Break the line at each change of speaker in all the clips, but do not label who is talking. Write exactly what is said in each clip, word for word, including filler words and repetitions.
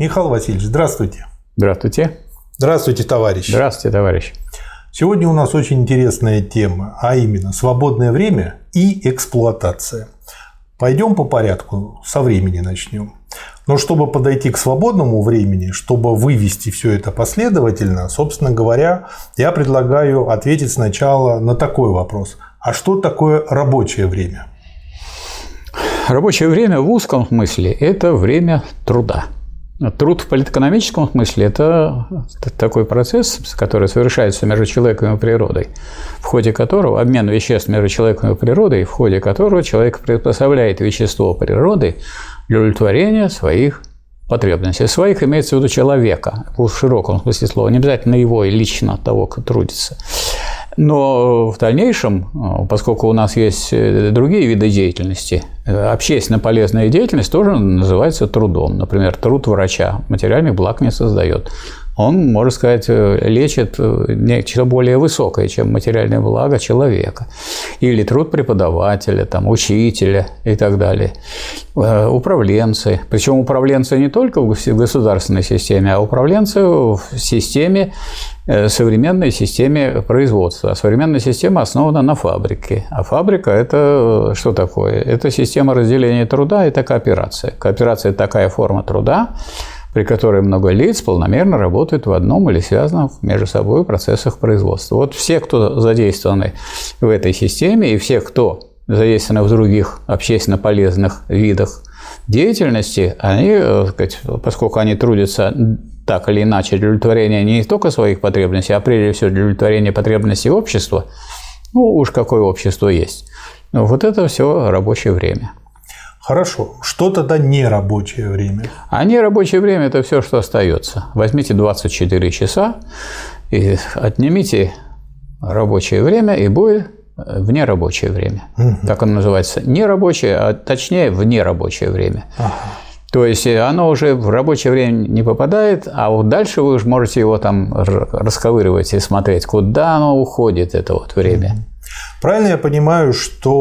Михаил Васильевич, здравствуйте.
Здравствуйте.
Здравствуйте, товарищ.
Здравствуйте, товарищ.
Сегодня у нас очень интересная тема, а именно свободное время и эксплуатация. Пойдем по порядку, со времени начнем. Но чтобы подойти к свободному времени, чтобы вывести все это последовательно, собственно говоря, я предлагаю ответить сначала на такой вопрос. А что такое рабочее время?
Рабочее время в узком смысле – это время труда. Труд в политэкономическом смысле – это такой процесс, который совершается между человеком и природой, в ходе которого обмен веществ между человеком и природой, в ходе которого человек приспособляет вещество природы для удовлетворения своих потребностей. Своих имеется в виду человека, в широком смысле слова, не обязательно его и лично того, кто трудится. Но в дальнейшем, поскольку у нас есть другие виды деятельности, общественно полезная деятельность тоже называется трудом. Например, труд врача материальных благ не создает. Он, можно сказать, лечит нечто более высокое, чем материальные блага человека. Или труд преподавателя, там, учителя и так далее. Управленцы. Причем управленцы не только в государственной системе, а управленцы в системе, современной системе производства. Современная система основана на фабрике. А фабрика – это что такое? Это система разделения труда, это кооперация. Кооперация – это такая форма труда, при которой много лиц полномерно работают в одном или связанном между собой процессах производства. Вот все, кто задействованы в этой системе, и все, кто задействованы в других общественно полезных видах деятельности, они, поскольку они трудятся так или иначе для удовлетворения не только своих потребностей, а прежде всего для удовлетворения потребностей общества, ну уж какое общество есть, вот это все рабочее время.
Хорошо. Что тогда нерабочее время?
А нерабочее время – это все, что остается. Возьмите двадцать четыре часа и отнимите рабочее время, и будет внерабочее время. Угу. Так оно называется. Нерабочее, а точнее внерабочее время. Ага. То есть оно уже в рабочее время не попадает, а вот дальше вы уже можете его там расковыривать и смотреть, куда оно уходит, это вот время.
Правильно я понимаю,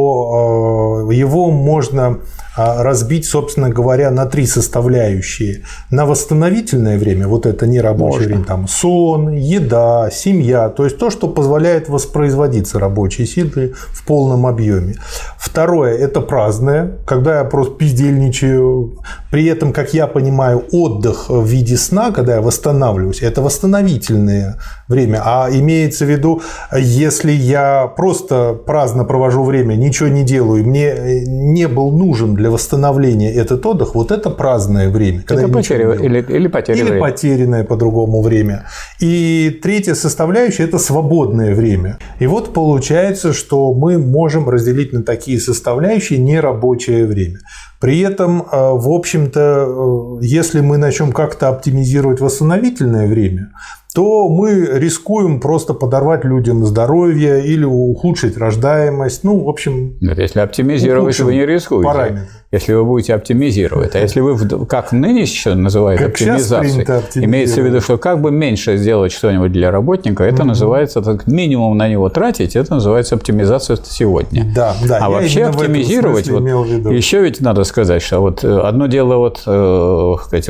что его можно разбить, собственно говоря, на три составляющие. На восстановительное время, вот это нерабочее время, там сон, еда, семья, то есть то, что позволяет воспроизводиться рабочей силой в полном объеме. Второе – это праздное, когда я просто бездельничаю. При этом, как я понимаю, отдых в виде сна, когда я восстанавливаюсь, это восстановительное время. А имеется в виду, если я просто праздно провожу время, ничего не делаю, мне не был нужен для восстановления этот отдых, вот это праздное время.
Это потеря, или, или потеря
Или потерянное по-другому время. И третья составляющая – это свободное время. И вот получается, что мы можем разделить на такие составляющие нерабочее время. При этом, в общем-то, если мы начнем как-то оптимизировать восстановительное время, то мы рискуем просто подорвать людям здоровье или ухудшить рождаемость. Ну, в общем,
нет, если оптимизировать, вы не рискуете. Параметр. Если вы будете оптимизировать. А если вы, как ныне еще называют как оптимизацией, имеется в виду, что как бы меньше сделать что-нибудь для работника, это mm-hmm. называется, так, минимум на него тратить, это называется оптимизация сегодня.
Да, да,
а вообще оптимизировать, вот, еще ведь надо сказать, что вот одно дело вот, э, сказать,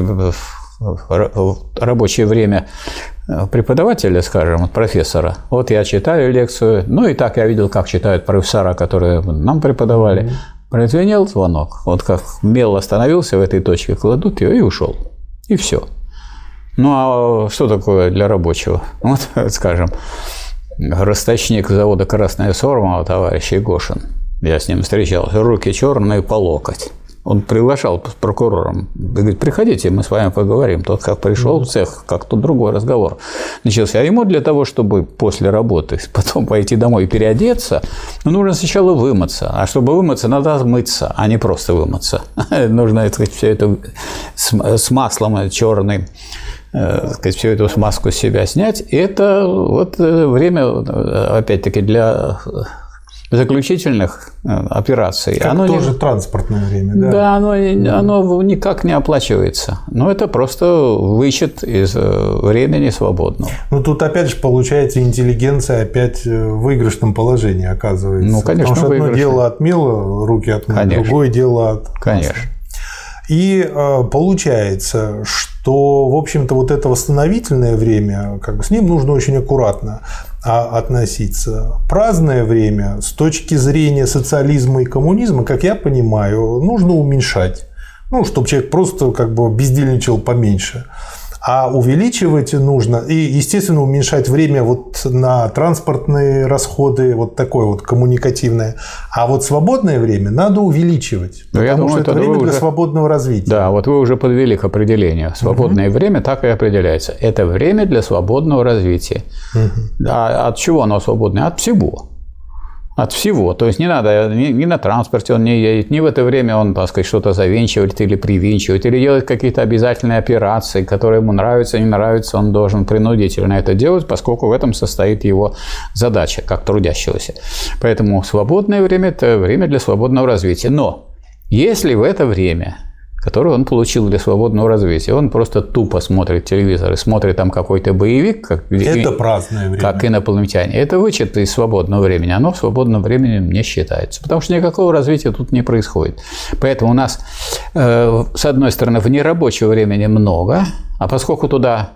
рабочее время преподавателя, скажем, профессора. Вот я читаю лекцию, ну и так я видел, как читают профессора, которые нам преподавали. Mm-hmm. Прозвенел звонок. Вот как мел остановился в этой точке, кладут ее и ушел. И все. Ну а что такое для рабочего? Вот, скажем, росточник завода «Красная Сормова», товарищ Егошин. Я с ним встречался. Руки черные по локоть. Он приглашал с прокурором. Говорит, приходите, мы с вами поговорим. Тот, как пришел в цех, как тут другой разговор начался. А ему для того, чтобы после работы потом пойти домой и переодеться, ну, нужно сначала вымыться. А чтобы вымыться, надо отмыться, а не просто вымыться. Нужно, так сказать, все это с маслом черным, сказать, всю эту смазку с себя снять. И это вот время, опять-таки, для заключительных операций.
Как оно тоже не... транспортное время, да?
Да, оно, оно никак не оплачивается. Но это просто вычет из времени свободного.
Ну, тут опять же получается интеллигенция опять в выигрышном положении оказывается.
Ну, конечно,
потому что одно дело отмыло, руки отмыло, другое дело от...
Конечно.
И получается, что что, в общем-то, вот это восстановительное время, как бы с ним нужно очень аккуратно относиться. Праздное время с точки зрения социализма и коммунизма, как я понимаю, нужно уменьшать. Ну, чтобы человек просто как бы бездельничал поменьше. А увеличивать нужно и, естественно, уменьшать время вот на транспортные расходы, вот такое вот коммуникативное. А вот свободное время надо увеличивать,
Но
потому
я думаю,
что это время
уже...
для свободного развития.
Да, вот вы уже подвели к определению. Свободное угу. время так и определяется. Это время для свободного развития. Угу. А от чего оно свободное? От всего. От всего. То есть не надо, ни, ни на транспорте он не едет, ни в это время он, так сказать, что-то завинчивает или привинчивает, или делает какие-то обязательные операции, которые ему нравятся, не нравятся, он должен принудительно это делать, поскольку в этом состоит его задача, как трудящегося. Поэтому свободное время – это время для свободного развития. Но если в это время, которое он получил для свободного развития, он просто тупо смотрит телевизор и смотрит там какой-то боевик, как,
это праздное время.
Как инопланетяне. Это вычет из свободного времени. Оно в свободном времени не считается. Потому что никакого развития тут не происходит. Поэтому у нас, э, с одной стороны, вне рабочего времени много, а поскольку туда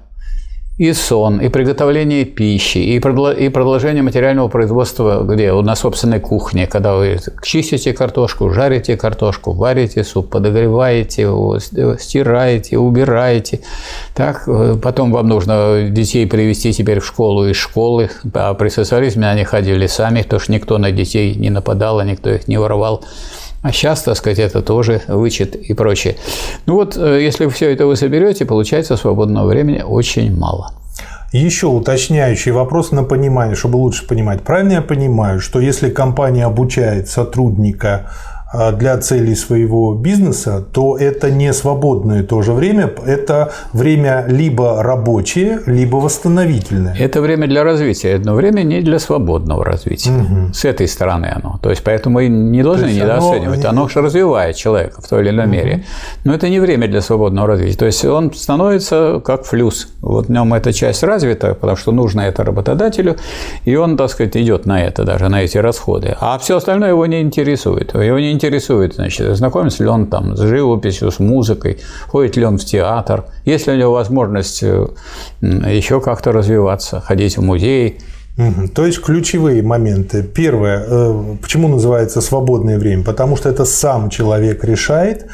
и сон, и приготовление пищи, и продолжение материального производства, где на собственной кухне, когда вы чистите картошку, жарите картошку, варите суп, подогреваете, стираете, убираете. Так, потом вам нужно детей привезти теперь в школу из школы. А при социализме они ходили сами, потому что никто на детей не нападал, никто их не воровал. А сейчас, так сказать, это тоже вычет и прочее. Ну вот, если все это вы соберете, получается свободного времени очень мало.
Еще уточняющий вопрос на понимание, чтобы лучше понимать. Правильно я понимаю, что если компания обучает сотрудника для целей своего бизнеса, то это не свободное тоже время, это время либо рабочее, либо восстановительное.
Это время для развития, но время не для свободного развития. Угу. С этой стороны оно. То есть, поэтому мы не должны недооценивать. Оно, оно же развивает человека в той или иной угу. мере. Но это не время для свободного развития. То есть, он становится как флюс. Вот в нем эта часть развита, потому что нужно это работодателю, и он, так сказать, идет на это, даже на эти расходы. А все остальное его не интересует. Его не интересует. Интересует, значит, знакомится ли он там с живописью, с музыкой, ходит ли он в театр, есть ли у него возможность еще как-то развиваться, ходить в музей.
Угу. То есть ключевые моменты. Первое, почему называется свободное время? Потому что это сам человек решает,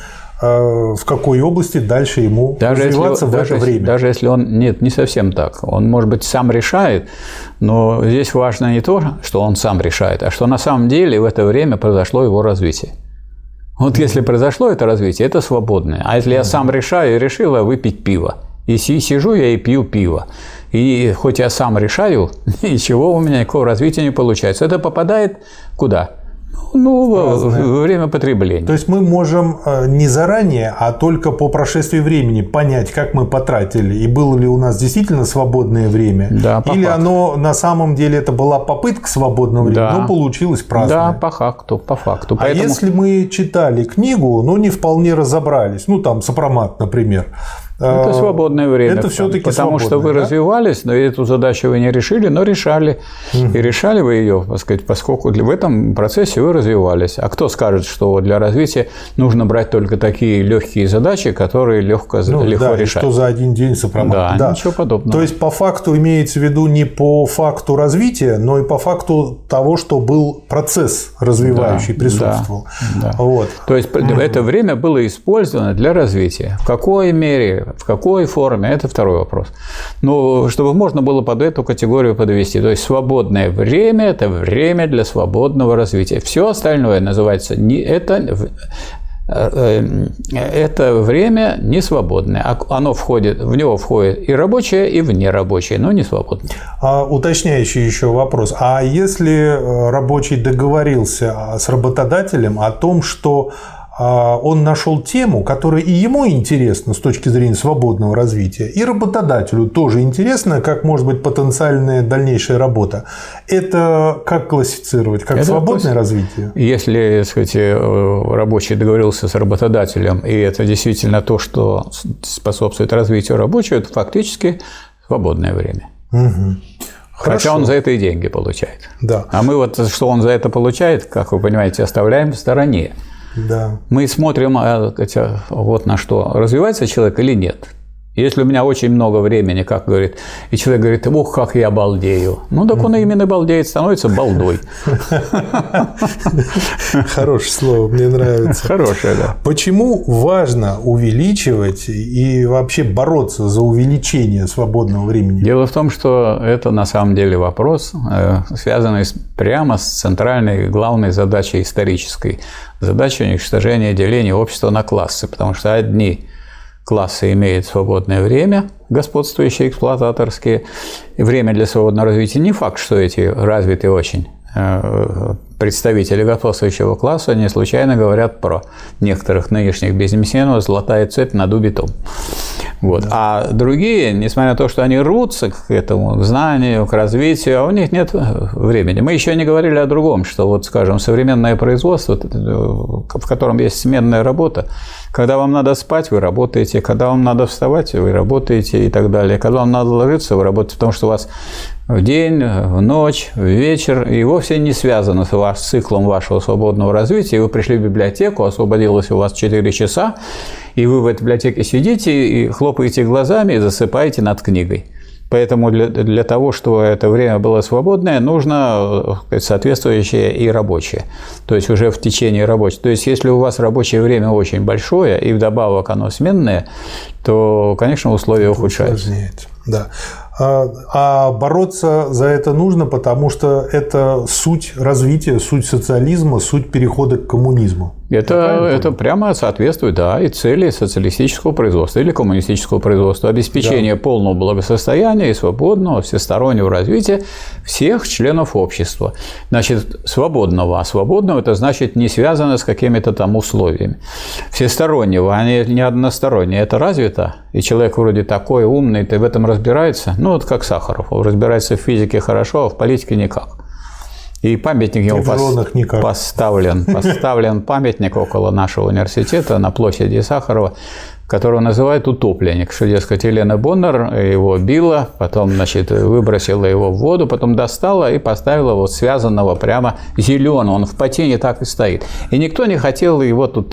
в какой области дальше ему даже развиваться если, в
даже,
это время.
Даже если он… Нет, не совсем так. Он, может быть, сам решает, но здесь важно не то, что он сам решает, а что на самом деле в это время произошло его развитие. Вот если произошло это развитие, это свободное. А если я сам решаю и решила выпить пиво, и сижу я и пью пиво, и хоть я сам решаю, ничего у меня никакого развития не получается. Это попадает куда? Ну, Разное. время потребления.
То есть мы можем не заранее, а только по прошествии времени понять, как мы потратили, и было ли у нас действительно свободное время,
да,
или
факту.
Оно на самом деле это была попытка свободного времени, да. но получилось праздное.
Да, по факту, по факту.
А Поэтому... если мы читали книгу, но не вполне разобрались, ну там сопромат, например.
Это свободное время.
Это все-таки
Потому что вы
да?
развивались, но эту задачу вы не решили, но решали. Угу. И решали вы ее, так сказать, поскольку в этом процессе вы развивались. А кто скажет, что для развития нужно брать только такие легкие задачи, которые легко, ну, легко
да,
решать?
Что за один день сопромат.
Да, да, ничего подобного.
То есть по факту имеется в виду не по факту развития, но и по факту того, что был процесс развивающий, да, присутствовал.
Да, да.
Вот.
То есть угу. это время было использовано для развития. В какой мере? В какой форме? Это второй вопрос. Но чтобы можно было под эту категорию подвести. То есть свободное время – это время для свободного развития. Все остальное называется не это, это время не свободное. Оно входит, в него входит и рабочее, и внерабочее, но не свободное.
А, уточняющий еще вопрос. А если рабочий договорился с работодателем о том, что он нашел тему, которая и ему интересна с точки зрения свободного развития, и работодателю тоже интересно, как может быть потенциальная дальнейшая работа. Это как классифицировать? Как это свободное класс... развитие?
Если, так сказать, рабочий договорился с работодателем, и это действительно то, что способствует развитию рабочего, это фактически свободное время.
Угу.
Хотя Хорошо. Он за это и деньги получает.
Да.
А мы вот, что он за это получает, как вы понимаете, оставляем в стороне.
Да.
Мы смотрим вот на что, развивается человек или нет. Если у меня очень много времени, как говорит, и человек говорит, ох, как я балдею. Ну, так он именно балдеет, становится балдой.
Хорошее слово, мне нравится.
Хорошее, да.
Почему важно увеличивать и вообще бороться за увеличение свободного времени?
Дело в том, что это на самом деле вопрос, связанный прямо с центральной главной задачей исторической. Задачей уничтожения деления общества на классы. Потому что одни классы имеют свободное время, господствующие эксплуататорские, и время для свободного развития. Не факт, что эти развитые очень представители господствующего класса не случайно говорят про некоторых нынешних бизнесменов «золотая цепь над убитом». Вот. Да. А другие, несмотря на то, что они рвутся к этому, к знанию, к развитию, а у них нет времени. Мы еще не говорили о другом, что, вот, скажем, современное производство, в котором есть сменная работа, когда вам надо спать, вы работаете, когда вам надо вставать, вы работаете и так далее. Когда вам надо ложиться, вы работаете, потому что у вас в день, в ночь, в вечер, и вовсе не связано с, ваш, с циклом вашего свободного развития. Вы пришли в библиотеку, освободилось у вас четыре часа, и вы в этой библиотеке сидите и хлопаете глазами и засыпаете над книгой. Поэтому для, для того, чтобы это время было свободное, нужно соответствующее и рабочее. То есть уже в течение рабочего. То есть если у вас рабочее время очень большое и вдобавок оно сменное, то, конечно, условия это ухудшаются.
Усложняется. Да. А бороться за это нужно, потому что это суть развития, суть социализма, суть перехода к коммунизму.
Это, это прямо соответствует, да, и цели социалистического производства или коммунистического производства. Обеспечение да. полного благосостояния и свободного всестороннего развития всех членов общества. Значит, свободного. А свободного – это значит не связано с какими-то там условиями. Всестороннего, а не одностороннее. Это развито, и человек вроде такой умный, ты в этом разбирается. Ну, вот как Сахаров. Он разбирается в физике хорошо, а в политике никак. И памятник ему пос... поставлен, поставлен памятник около нашего университета на площади Сахарова, которого называют утопленник, что, дескать, Елена Боннер его била, потом, значит, выбросила его в воду, потом достала и поставила вот связанного прямо зеленого, он в потине так и стоит. И никто не хотел его тут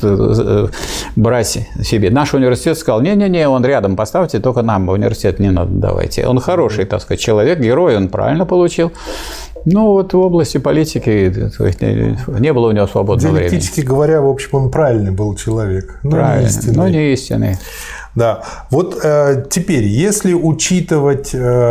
брать себе. Наш университет сказал, не-не-не, он рядом поставьте, только нам в университет не надо давайте. Он хороший, так сказать, человек, герой, он правильно получил. Ну, вот в области политики не было у него свободного времени.
Диалектически говоря, в общем, он правильный был человек, но
правильно,
не истинный.
Но не истинный.
Да. Вот э, теперь, если учитывать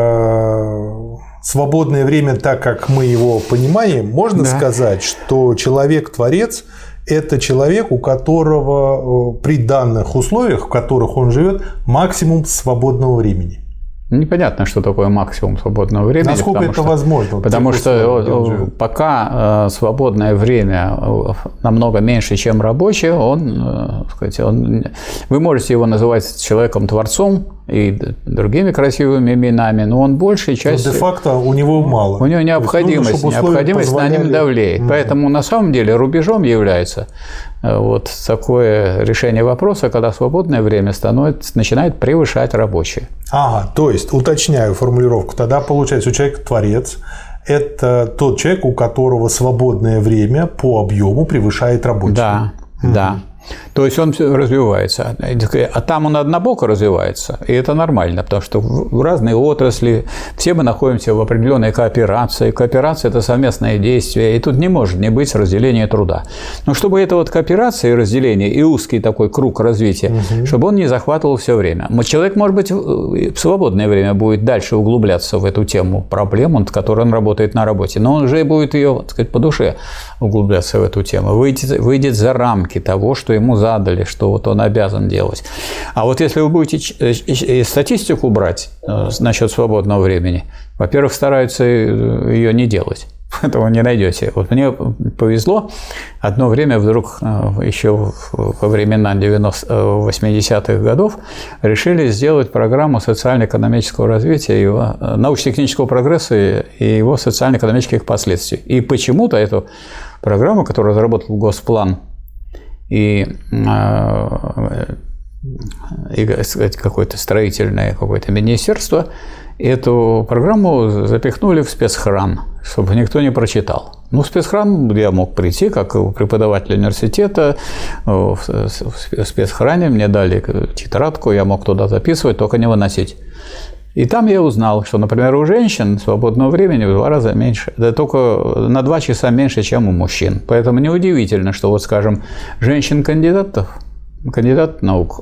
э, свободное время так, как мы его понимаем, можно да. сказать, что человек-творец – это человек, у которого при данных условиях, в которых он живет, максимум свободного времени.
Непонятно, что такое максимум свободного времени.
Насколько это
что,
возможно?
Потому что пока свободное время намного меньше, чем рабочее, он, сказать, он, вы можете его называть человеком-творцом и другими красивыми именами, но он большей частью…
Де-факто у него мало.
У него необходимость, нужно, необходимость позволяли... на ним давлеет. Mm-hmm. Поэтому на самом деле рубежом является вот такое решение вопроса, когда свободное время становится, начинает превышать рабочее.
Ага, то есть, уточняю формулировку, тогда получается, у человека творец – это тот человек, у которого свободное время по объему превышает рабочее.
Да, mm-hmm. да. То есть он развивается, а там он однобоко развивается, и это нормально, потому что в разные отрасли все мы находимся в определенной кооперации. Кооперация – это совместное действие, и тут не может не быть разделения труда. Но чтобы эта вот кооперация и разделение, и узкий такой круг развития, угу. чтобы он не захватывал все время. Человек, может быть, в свободное время будет дальше углубляться в эту тему проблем, над которой он работает на работе, но он уже будет ее, так сказать, по душе углубляться в эту тему, выйдет, выйдет за рамки того, что ему задали, что вот он обязан делать. А вот если вы будете статистику брать насчет свободного времени, во-первых, стараются ее не делать. Этого не найдете. Вот мне повезло, одно время вдруг еще во времена восьмидесятых годов решили сделать программу социально-экономического развития, его, научно-технического прогресса и его социально-экономических последствий. И почему-то эту программу, которую разработал Госплан, и, и сказать, какое-то строительное какое-то министерство, эту программу запихнули в спецхран, чтобы никто не прочитал. Ну, в спецхран я мог прийти, как преподаватель университета. В спецхране мне дали тетрадку, я мог туда записывать, только не выносить. И там я узнал, что, например, у женщин свободного времени в два раза меньше. Это только на два часа меньше, чем у мужчин. Поэтому неудивительно, что, вот, скажем, женщин-кандидатов, кандидат наук,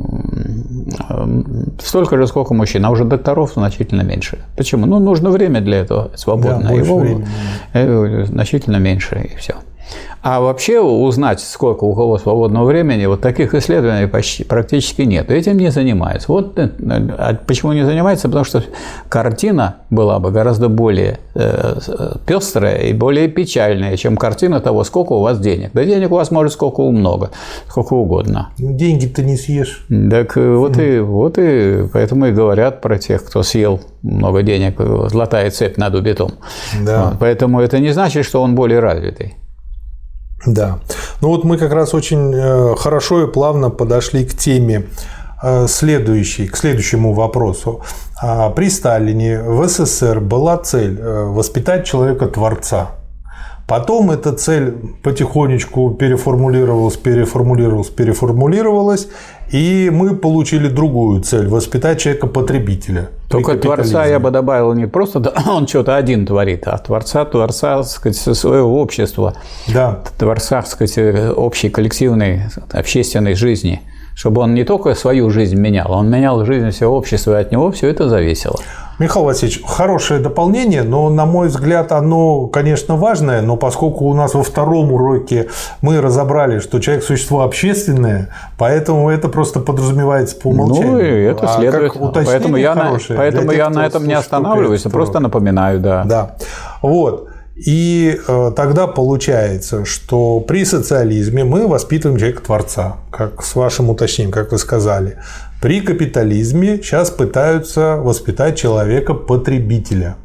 столько же, сколько мужчин, а уже докторов значительно меньше. Почему? Ну, нужно время для этого свободное. Да, его времени. Значительно меньше, и все. А вообще узнать, сколько у кого свободного времени, вот таких исследований почти, практически нет. Этим не занимаются. Вот а почему не занимаются? Потому что картина была бы гораздо более э, пестрая и более печальная, чем картина того, сколько у вас денег. Да денег у вас может сколько много, сколько угодно.
Деньги ты не съешь.
Так вот, mm. и, вот и поэтому и говорят про тех, кто съел много денег, золотая цепь над убитым. Да. Вот, поэтому это не значит, что он более развитый.
Да. Ну вот мы как раз очень хорошо и плавно подошли к теме следующей, к следующему вопросу. При Сталине в СССР была цель воспитать человека-творца. Потом эта цель потихонечку переформулировалась, переформулировалась, переформулировалась, и мы получили другую цель – воспитать человека-потребителя.
Только творца я бы добавил не просто он что-то один творит, а творца, творца, так сказать, своего общества,
да.
Творца, так сказать, общей коллективной общественной жизни, чтобы он не только свою жизнь менял, он менял жизнь всего общества, и от него все это зависело.
Михаил Васильевич, хорошее дополнение, но, на мой взгляд, оно, конечно, важное, но поскольку у нас во втором уроке мы разобрали, что человек – существо общественное, поэтому это просто подразумевается по умолчанию.
Ну, и это следует. А поэтому я, на, поэтому я на этом не останавливаюсь, а просто напоминаю, да.
Да. Вот. И э, тогда получается, что при социализме мы воспитываем человека-творца, как с вашим уточнением, как вы сказали. При капитализме сейчас пытаются воспитать человека-потребителя.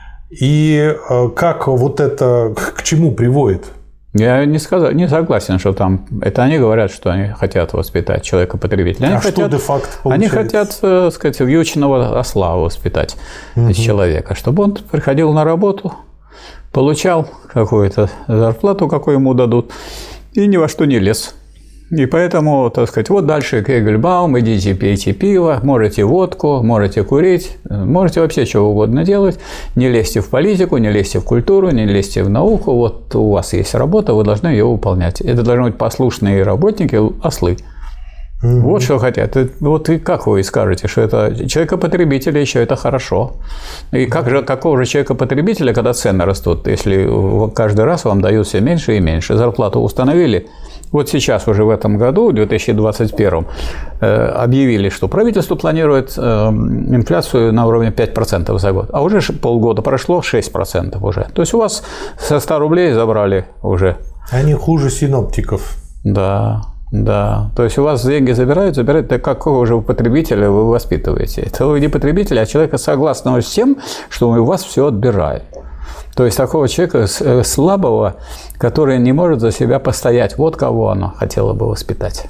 И э, как вот это к чему приводит?
Я не, сказал, не согласен, что там… Это они говорят, что они хотят воспитать человека-потребителя. Они
а
хотят,
что де-факто получается?
Они хотят, так сказать, вьючного осла воспитать угу. человека, чтобы он приходил на работу, получал какую-то зарплату, какую ему дадут, и ни во что не лез. И поэтому, так сказать, вот дальше Кегельбаум, идите пейте пиво, можете водку, можете курить, можете вообще чего угодно делать, не лезьте в политику, не лезьте в культуру, не лезьте в науку, вот у вас есть работа, вы должны ее выполнять. Это должны быть послушные работники, ослы. Mm-hmm. Вот что хотят. Вот и как вы скажете, что это человека-потребителя еще это хорошо. И как же, какого же человека-потребителя, когда цены растут, если каждый раз вам дают все меньше и меньше? Зарплату установили. Вот сейчас уже в этом году, в две тысячи двадцать первом, объявили, что правительство планирует инфляцию на уровне пять процентов за год. А уже полгода прошло, шесть процентов уже. То есть у вас со ста рублей забрали уже.
Они хуже синоптиков.
Да. Да, то есть у вас деньги забирают, забирают, так какого же вы потребителя вы воспитываете? Это вы не потребитель, а человека, согласного с тем, что у вас все отбирают. То есть такого человека слабого, который не может за себя постоять. Вот кого оно хотело бы воспитать.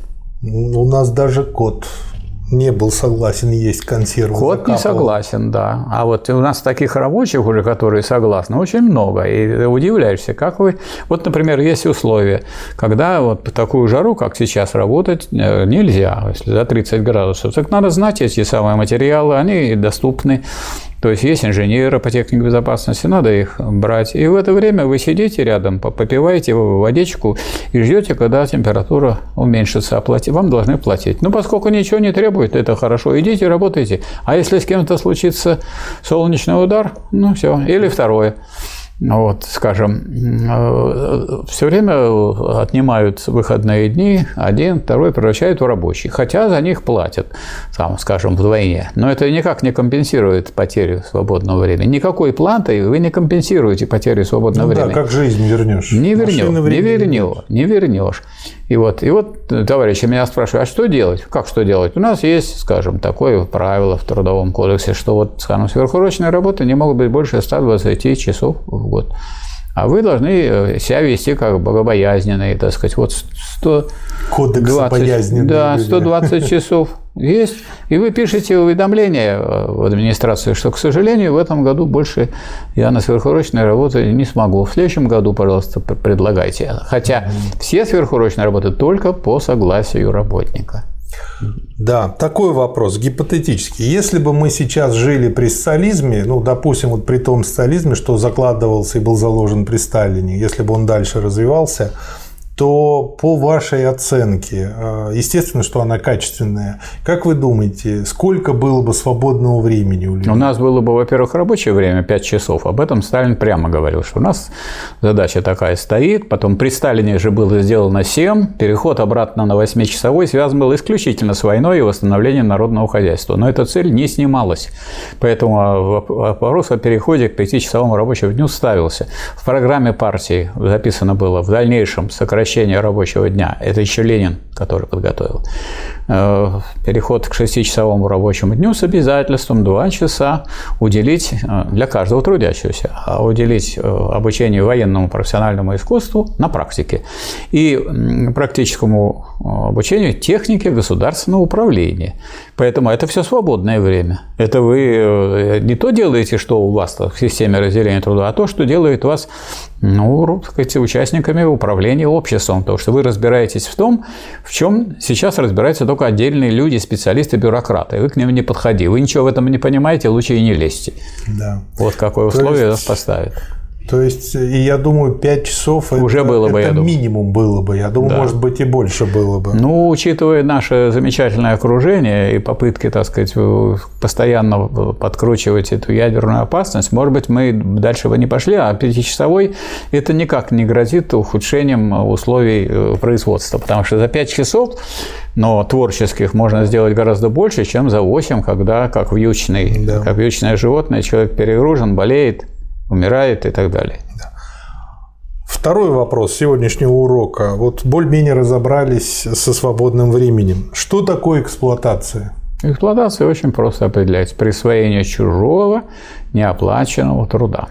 У нас даже кот не был согласен есть консервы.
Кот закапывал. Не согласен, да. А вот у нас таких рабочих уже, которые согласны, очень много. И удивляешься, как вы… Вот, например, есть условия, когда вот в такую жару, как сейчас, работать нельзя, если за тридцать градусов. Так надо знать эти самые материалы, они доступны. То есть есть инженеры по технике безопасности, надо их брать. И в это время вы сидите рядом, попиваете водичку и ждете, когда температура уменьшится, а платить, вам должны платить. Ну, поскольку ничего не требует, это хорошо, идите, работайте. А если с кем-то случится солнечный удар, ну все, или второе. Вот, скажем, все время отнимают выходные дни, один, второй превращают в рабочие, хотя за них платят, там, скажем, вдвойне. Но это никак не компенсирует потерю свободного времени. Никакой платой вы не компенсируете потерю свободного ну, времени.
Да, как жизнь вернешь.
Не вернешь, не вернешь, не вернешь. И вот, и вот товарищи меня спрашивают, а что делать? Как что делать? У нас есть, скажем, такое правило в Трудовом кодексе, что вот, скажем, сверхурочные работы не могут быть больше ста двадцати часов в год. А вы должны себя вести как богобоязненные, так сказать, вот сто двадцать, да, сто двадцать часов есть. И вы пишете уведомление в администрацию, что, к сожалению, в этом году больше я на сверхурочной работе не смогу. В следующем году, пожалуйста, предлагайте. Хотя mm-hmm. все сверхурочные работы только по согласию работника.
Да, такой вопрос гипотетический. Если бы мы сейчас жили при социализме, ну, допустим, вот при том социализме, что закладывался и был заложен при Сталине, если бы он дальше развивался, то по вашей оценке, естественно, что она качественная, как вы думаете, сколько было бы свободного времени у людей?
У нас было бы, во-первых, рабочее время пять часов. Об этом Сталин прямо говорил, что у нас задача такая стоит. Потом при Сталине же было сделано семь. Переход обратно на восьмичасовой связан был исключительно с войной и восстановлением народного хозяйства. Но эта цель не снималась. Поэтому вопрос о переходе к пятичасовому рабочему дню ставился. В программе партии записано было в дальнейшем сокращение рабочего дня. Это еще Ленин, который подготовил. Переход к шестичасовому рабочему дню с обязательством два часа уделить для каждого трудящегося, а уделить обучению военному профессиональному искусству на практике и практическому обучению технике государственного управления. Поэтому это все свободное время. Это вы не то делаете, что у вас в системе разделения труда, а то, что делает вас, ну, так сказать, участниками управления обществом. Потому что вы разбираетесь в том, в чем сейчас разбираются только отдельные люди, специалисты, бюрократы. Вы к ним не подходите. Вы ничего в этом не понимаете, лучше и не лезьте. Да. Вот какое условие есть... поставит.
То есть, и я думаю, пять часов
уже это, было бы,
это
я
минимум
думаю.
было бы. Я думаю, да. может быть, и больше было бы.
Ну, учитывая наше замечательное окружение и попытки, так сказать, постоянно подкручивать эту ядерную опасность, может быть, мы дальше бы не пошли, а пятичасовой это никак не грозит ухудшением условий производства. Потому что за пять часов, но творческих, можно сделать гораздо больше, чем за восемь, когда, как вьючный, да. как вьючное животное, человек перегружен, болеет, умирает и так далее.
Второй вопрос сегодняшнего урока. Вот более-менее разобрались со свободным временем. Что такое эксплуатация?
Эксплуатация очень просто определяется. Присвоение чужого неоплаченного труда.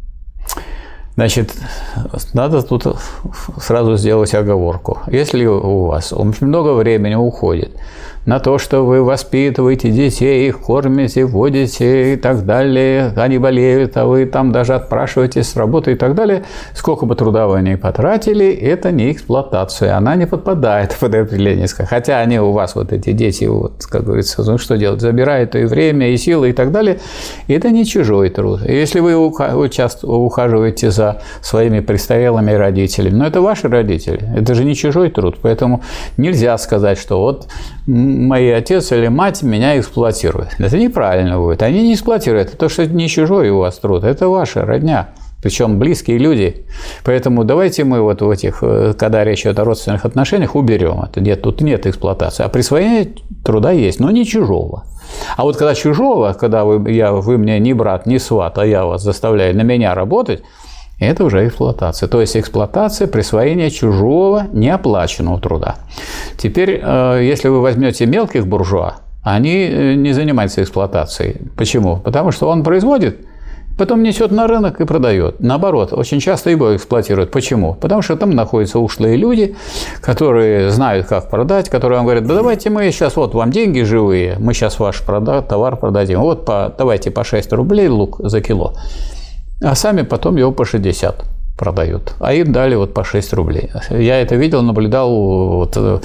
Значит, надо тут сразу сделать оговорку. Если у вас очень много времени уходит на то, что вы воспитываете детей, их кормите, водите и так далее, они болеют, а вы там даже отпрашиваетесь с работы и так далее, сколько бы труда вы ни потратили, это не эксплуатация, она не подпадает под определение. Хотя они у вас, вот эти дети, вот, как говорится, ну что делать, забирают и время, и силы и так далее, это не чужой труд. Если вы часто ухаживаете за своими престарелыми родителями, но это ваши родители, это же не чужой труд, поэтому нельзя сказать, что вот мой отец или мать меня эксплуатируют. Это неправильно будет. Они не эксплуатируют. Это то, что не чужой у вас труд. Это ваша родня. Причем близкие люди. Поэтому давайте мы вот в этих, когда речь идет о родственных отношениях, уберем это. Нет, тут нет эксплуатации. А присвоение труда есть, но не чужого. А вот когда чужого, когда вы, я, вы мне не брат, не сват, а я вас заставляю на меня работать, это уже эксплуатация. То есть эксплуатация, присвоение чужого неоплаченного труда. Теперь, если вы возьмете мелких буржуа, они не занимаются эксплуатацией. Почему? Потому что он производит, потом несет на рынок и продает. Наоборот, очень часто его эксплуатируют. Почему? Потому что там находятся ушлые люди, которые знают, как продать, которые вам говорят: да давайте мы сейчас, вот вам деньги живые, мы сейчас ваш товар продадим. Вот по, давайте по шесть рублей лук за кило. А сами потом его по шестьдесят продают. А им дали вот по шесть рублей. Я это видел, наблюдал вот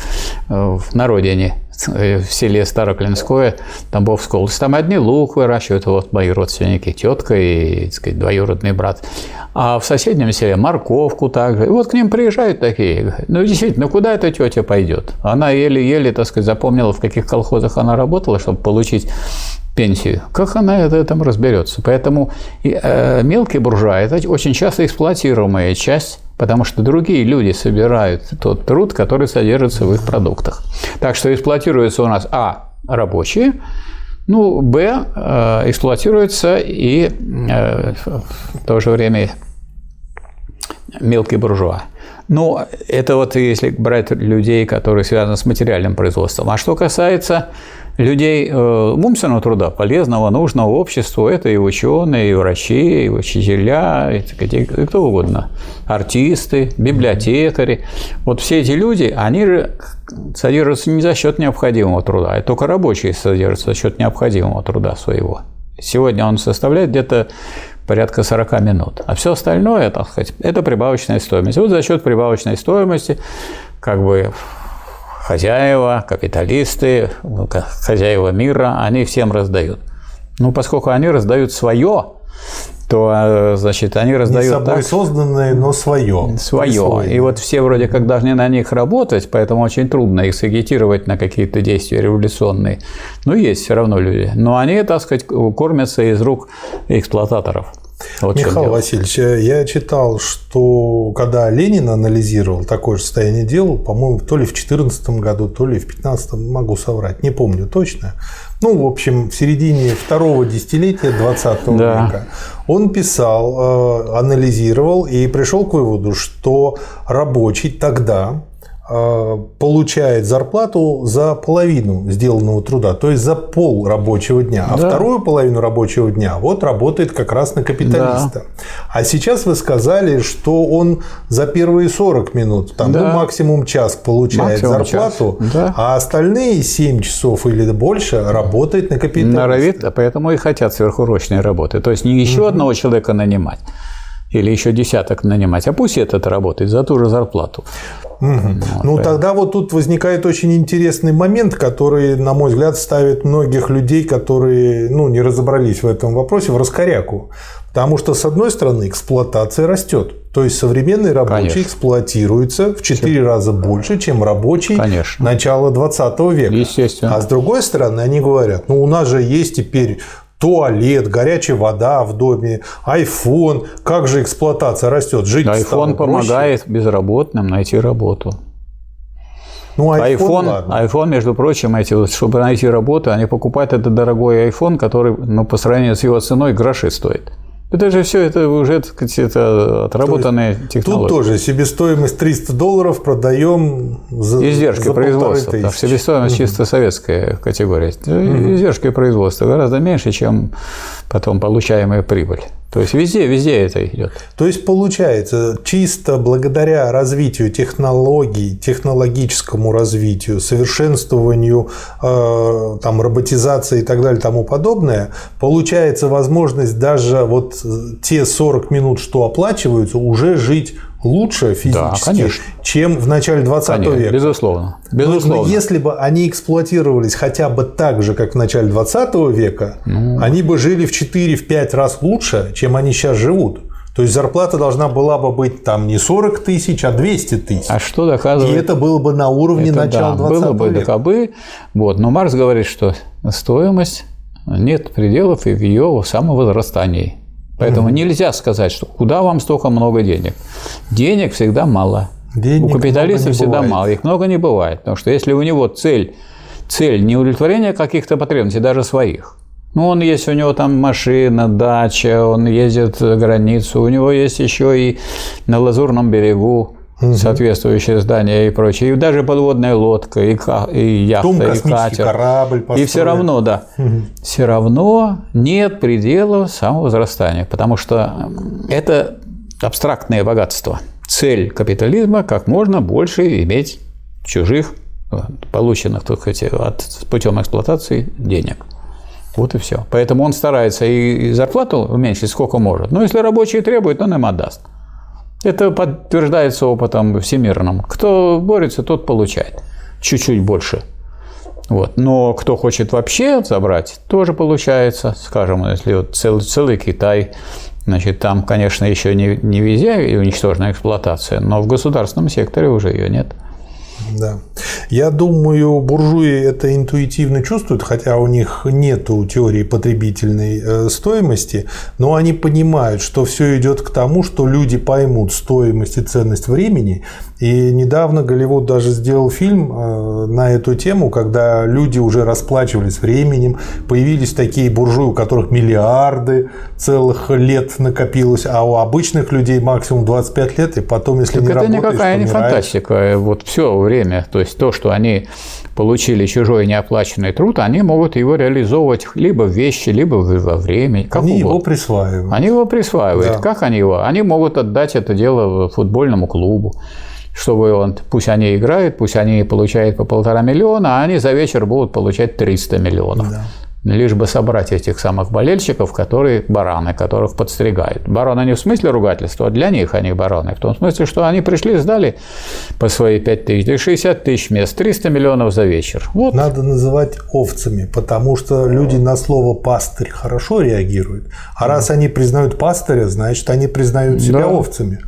на родине, в селе Староклинское, Тамбовская область. Там одни лук выращивают, вот мои родственники, тетка и, так сказать, двоюродный брат. А в соседнем селе морковку также. И вот к ним приезжают такие. Ну, действительно, ну куда эта тетя пойдет? Она еле-еле, так сказать, запомнила, в каких колхозах она работала, чтобы получить пенсию. Как она это там разберется? Поэтому э, мелкие буржуа – это очень часто эксплуатируемая часть, потому что другие люди собирают тот труд, который содержится в их продуктах. Так что эксплуатируются у нас а. рабочие, ну, б. Э, эксплуатируются и э, в то же время мелкие буржуа. Ну, это вот если брать людей, которые связаны с материальным производством. А что касается людей умственного труда, полезного, нужного обществу, это и ученые, и врачи, и учителя, и кто угодно, артисты, библиотекари. Вот все эти люди, они же содержатся не за счет необходимого труда, это только рабочие содержатся за счет необходимого труда своего. Сегодня он составляет где-то порядка сорок минут, а все остальное, так сказать, это прибавочная стоимость. Вот за счет прибавочной стоимости как бы хозяева, капиталисты, хозяева мира, они всем раздают. Ну, поскольку они раздают свое, то, значит, они раздают
не собой так, созданное, но свое.
Свое. И вот все вроде как должны на них работать, поэтому очень трудно их сагитировать на какие-то действия революционные. Но есть все равно люди. Но они, так сказать, кормятся из рук эксплуататоров. Вот
Михаил Васильевич, я читал, что когда Ленин анализировал такое же состояние дел, по-моему, то ли в две тысячи четырнадцатом году, то ли в две тысячи пятнадцатом, могу соврать, не помню точно. Ну, в общем, в середине второго десятилетия двадцатого да. века он писал, анализировал и пришел к выводу, что рабочий тогда получает зарплату за половину сделанного труда, то есть за пол рабочего дня, а да. вторую половину рабочего дня вот работает как раз на капиталиста. Да. А сейчас вы сказали, что он за первые сорок минут, там, да. ну, максимум час получает максимум зарплату, да. а остальные семь часов или больше работает на капиталиста.
Норовит, поэтому и хотят сверхурочной работы. То есть не еще угу. одного человека нанимать, или еще десяток нанимать, а пусть этот работает за ту же зарплату.
Угу. Вот, ну, тогда вот тут возникает очень интересный момент, который, на мой взгляд, ставит многих людей, которые ну, не разобрались в этом вопросе, в раскоряку. Потому что, с одной стороны, эксплуатация растет. То есть современный рабочий Конечно. эксплуатируется в четыре раза больше, чем рабочий Конечно. начала двадцатого века.
Естественно.
А с другой стороны, они говорят, ну, у нас же есть теперь туалет, горячая вода в доме, айфон. Как же эксплуатация растет? Жить
айфон помогает безработным найти работу. Ну, айфон, айфон, между прочим, эти, чтобы найти работу, они покупают этот дорогой айфон, который ну, по сравнению с его ценой гроши стоит. Это же все это уже, так сказать, это отработанные То технологии.
Тут тоже себестоимость триста долларов продаем за
издержки
за
производства. Да, себестоимость угу. чисто советская категория. Угу. Издержки производства гораздо меньше, чем потом получаемая прибыль. То есть везде, везде это идет.
То есть получается, чисто благодаря развитию технологий, технологическому развитию, совершенствованию, э, там, роботизации и так далее, тому подобное, получается возможность даже вот те сорок минут, что оплачиваются, уже жить лучше физически, да, чем в начале двадцатого века.
Безусловно. Безусловно.
Но если бы они эксплуатировались хотя бы так же, как в начале двадцатого века, ну... они бы жили в четыре-пять раз лучше, чем они сейчас живут. То есть зарплата должна была бы быть там не сорок тысяч, а двести тысяч.
А что доказывает?
И это было бы на уровне это, начала
да,
двадцатого
было бы
века.
Докобы. Вот. Но Маркс говорит, что стоимость нет пределов и в ее самовозрастании. Поэтому mm-hmm. нельзя сказать, что куда вам столько много денег. Денег всегда мало. Денег у капиталиста всегда бывает. мало. Их много не бывает. Потому что если у него цель, цель не удовлетворение каких-то потребностей, даже своих. Ну, он есть, у него там машина, дача, он ездит за границу, у него есть еще и на Лазурном берегу угу. соответствующее здание и прочее, и даже подводная лодка, и, и яхта, Том, и катер,
корабль построен.
И все равно, да, угу. все равно нет предела самовозрастания, потому что это абстрактное богатство. Цель капитализма – как можно больше иметь чужих, полученных так сказать, от, путем эксплуатации денег. Вот и все. Поэтому он старается и зарплату уменьшить сколько может. Но если рабочий требует, он им отдаст. Это подтверждается опытом всемирным. Кто борется, тот получает чуть-чуть больше. Вот. Но кто хочет вообще забрать, тоже получается. Скажем, если вот целый, целый Китай, значит, там, конечно, еще не, не везде уничтожена эксплуатация, но в государственном секторе уже ее нет.
Да. Я думаю, буржуи это интуитивно чувствуют, хотя у них нет теории потребительной стоимости, но они понимают, что все идет к тому, что люди поймут стоимость и ценность времени. И недавно Голливуд даже сделал фильм на эту тему, когда люди уже расплачивались временем, появились такие буржуи, у которых миллиарды целых лет накопилось, а у обычных людей максимум двадцать пять лет, и потом, если так не
это
работаешь,
никакая
помираешь.
Не фантастика, вот все время, то есть то, что они получили чужой неоплаченный труд, они могут его реализовывать либо в вещи, либо во времени. Как
они
угодно.
его присваивают.
Они его присваивают.
Да. Как
они его? Они могут отдать это дело футбольному клубу, чтобы он, пусть они играют, пусть они получают по полтора миллиона, а они за вечер будут получать триста миллионов. Да. Лишь бы собрать этих самых болельщиков, которые бараны, которых подстригают. Бараны не в смысле ругательства, а для них они бараны. В том смысле, что они пришли, сдали по свои пять тысяч, шестьдесят тысяч мест, триста миллионов за вечер. Вот.
Надо называть овцами, потому что люди на слово «пастырь» хорошо реагируют. А раз они признают пастыря, значит, они признают себя да. овцами.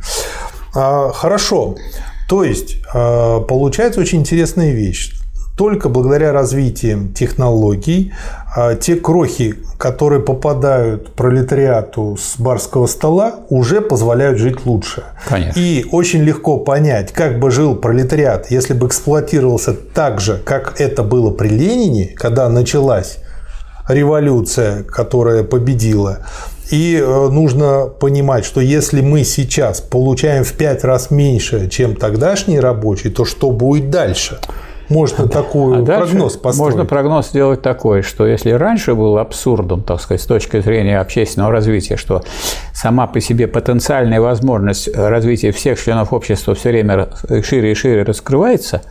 А, хорошо. То есть, получается очень интересная вещь. Только благодаря развитию технологий те крохи, которые попадают пролетариату с барского стола, уже позволяют жить лучше.
Конечно.
И очень легко понять, как бы жил пролетариат, если бы эксплуатировался так же, как это было при Ленине, когда началась революция, которая победила. И нужно понимать, что если мы сейчас получаем в пять раз меньше, чем тогдашний рабочий, то что будет дальше? Можно такой а прогноз построить.
Можно прогноз сделать такой, что если раньше было абсурдом, так сказать, с точки зрения общественного развития, что сама по себе потенциальная возможность развития всех членов общества все время шире и шире раскрывается,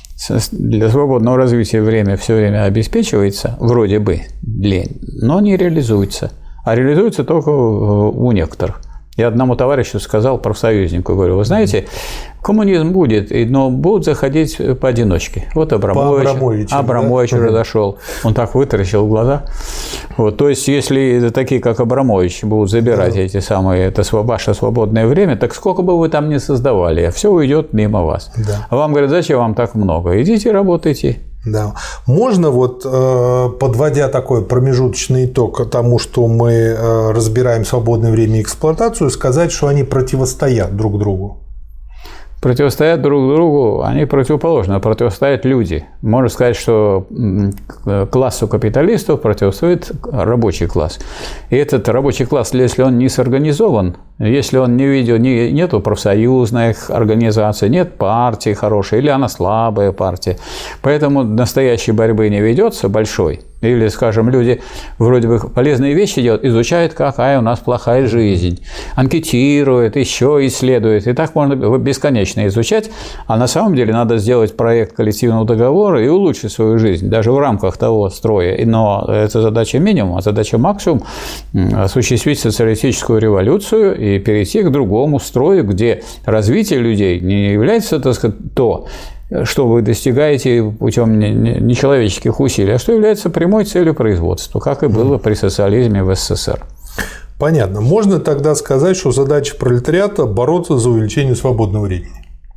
для свободного развития время все время обеспечивается, вроде бы, лень, но не реализуется. А реализуется только у некоторых. Я одному товарищу сказал, профсоюзнику, говорю, вы знаете, коммунизм будет, но будут заходить поодиночке. Вот Абрамович, Абрамович уже дошел, он так вытаращил глаза. Вот, то есть, если такие, как Абрамович, будут забирать да. эти самые, это ваше свободное время, так сколько бы вы там ни создавали, все уйдет мимо вас. Да. А вам говорят, зачем вам так много? Идите, работайте.
Да. Можно вот, подводя такой промежуточный итог тому, что мы разбираем свободное время и эксплуатацию, сказать, что они противостоят друг другу?
Противостоят друг другу, они противоположны, противостоят люди. Можно сказать, что классу капиталистов противостоит рабочий класс. И этот рабочий класс, если он не сорганизован, если он не видел, не, нету профсоюзных организаций, нет партии хорошей, или она слабая партия, поэтому настоящей борьбы не ведется большой. Или, скажем, люди вроде бы полезные вещи делают, изучают, какая у нас плохая жизнь, анкетируют, еще исследуют. И так можно бесконечно изучать. А на самом деле надо сделать проект коллективного договора и улучшить свою жизнь, даже в рамках того строя. Но это задача минимум, а задача максимум – осуществить социалистическую революцию и перейти к другому строю, где развитие людей не является, так сказать, то, что вы достигаете путем нечеловеческих усилий, а что является прямой целью производства, как и было при социализме в СССР.
Понятно. Можно тогда сказать, что задача пролетариата – бороться за увеличение свободного времени?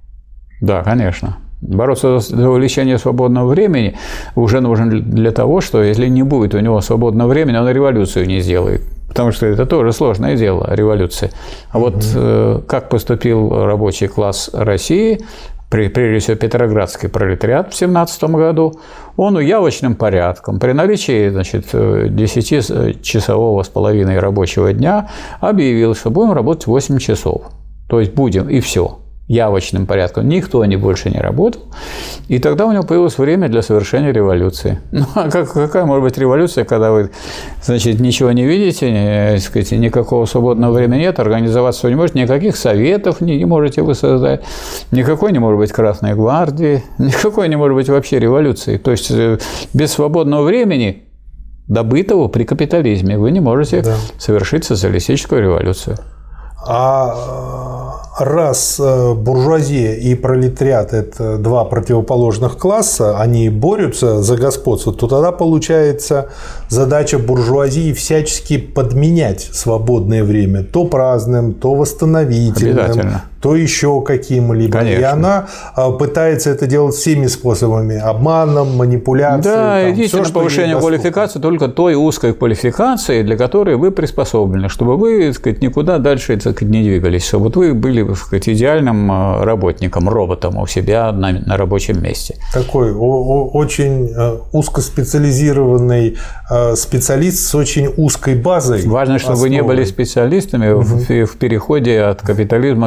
Да, конечно. Бороться за увеличение свободного времени уже нужно для того, что если не будет у него свободного времени, он революцию не сделает. Потому что это тоже сложное дело, революция. А вот mm-hmm. как поступил рабочий класс России, прежде всего Петроградский пролетариат в семнадцатом году, он уявочным порядком, при наличии значит, десятичасового с половиной рабочего дня, объявил, что будем работать восемь часов. То есть будем, и все. Явочным порядком. Никто не больше не работал. И тогда у него появилось время для совершения революции. Ну, а как, какая может быть революция, когда вы, значит, ничего не видите, не, сказать, никакого свободного времени нет, организоваться вы не можете, никаких советов не, не можете вы создать, никакой не может быть Красной гвардии, никакой не может быть вообще революции. То есть, без свободного времени, добытого при капитализме, вы не можете да. совершить социалистическую революцию.
А раз буржуазия и пролетариат – это два противоположных класса, они борются за господство, то тогда получается задача буржуазии всячески подменять свободное время то праздным, то восстановительным, то еще каким-либо. Конечно. И она пытается это делать всеми способами – обманом, манипуляцией.
Да, там, идите все, на повышение квалификации только той узкой квалификации, для которой вы приспособлены, чтобы вы, так сказать, никуда дальше, так сказать, не двигались, чтобы вы были, так сказать, идеальным работником, роботом у себя на, на рабочем месте.
Такой очень узкоспециализированный специалист с очень узкой базой.
Важно, чтобы основой. Вы не были специалистами угу. в, в переходе от капитализма к социализму.